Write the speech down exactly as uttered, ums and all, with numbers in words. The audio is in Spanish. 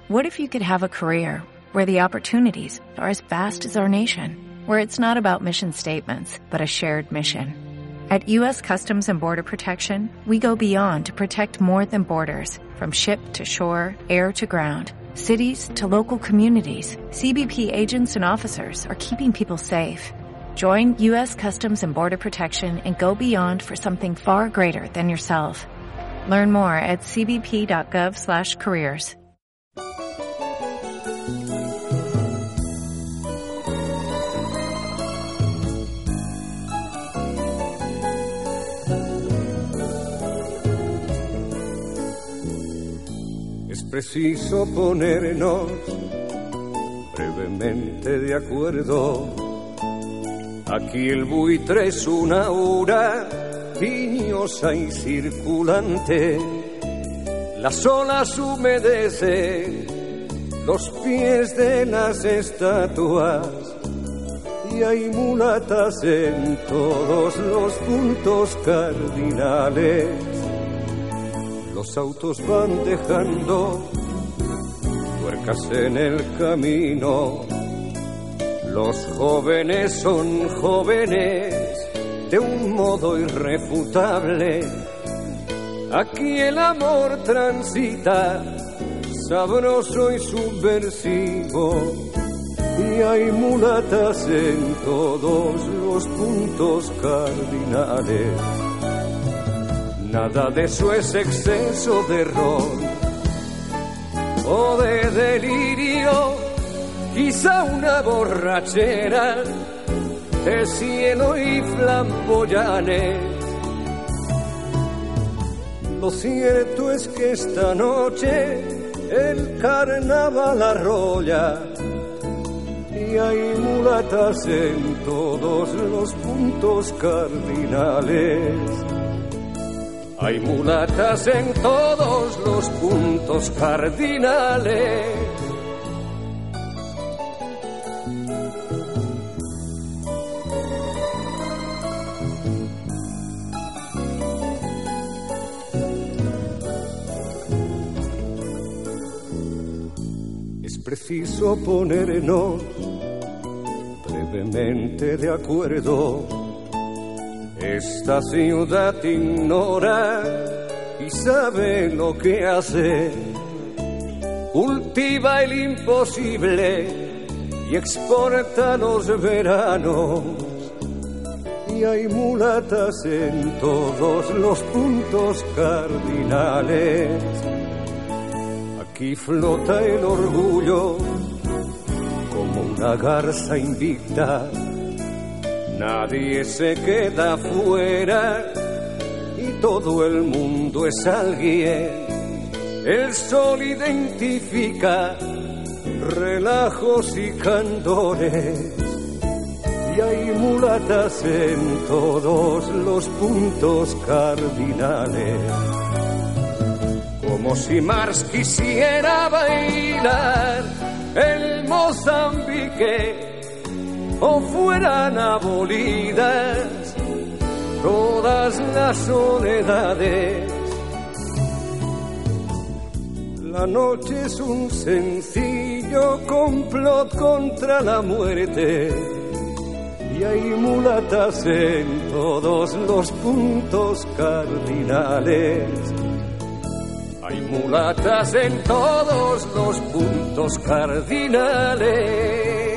What if you could have a career where the opportunities are as vast as our nation, where it's not about mission statements, but a shared mission? At U S Customs and Border Protection, we go beyond to protect more than borders. From ship to shore, air to ground, cities to local communities, C B P agents and officers are keeping people safe. Join U S Customs and Border Protection and go beyond for something far greater than yourself. Learn more at c b p dot gov slash careers. Es preciso ponernos brevemente de acuerdo. Aquí el buitre es una hora tiñosa y circulante. Las olas humedecen los pies de las estatuas y hay mulatas en todos los puntos cardinales. Los autos van dejando tuercas en el camino. Los jóvenes son jóvenes de un modo irrefutable. Aquí el amor transita sabroso y subversivo y hay mulatas en todos los puntos cardinales. Nada de eso es exceso de ron o de delirio. Quizá una borrachera de cielo y flamboyanes. Lo cierto es que esta noche el carnaval arrolla y hay mulatas en todos los puntos cardinales. Hay mulatas en todos los puntos cardinales. Preciso ponernos brevemente de acuerdo. Esta ciudad ignora y sabe lo que hace. Cultiva el imposible y exporta los veranos. Y hay mulatas en todos los puntos cardinales. Aquí flota el orgullo como una garza invicta. Nadie se queda fuera y todo el mundo es alguien. El sol identifica relajos y candores. Y hay mulatas en todos los puntos cardinales. Como si Mars quisiera bailar el Mozambique o fueran abolidas todas las soledades. La noche es un sencillo complot contra la muerte y hay mulatas en todos los puntos cardinales. Hay mulatas en todos los puntos cardinales.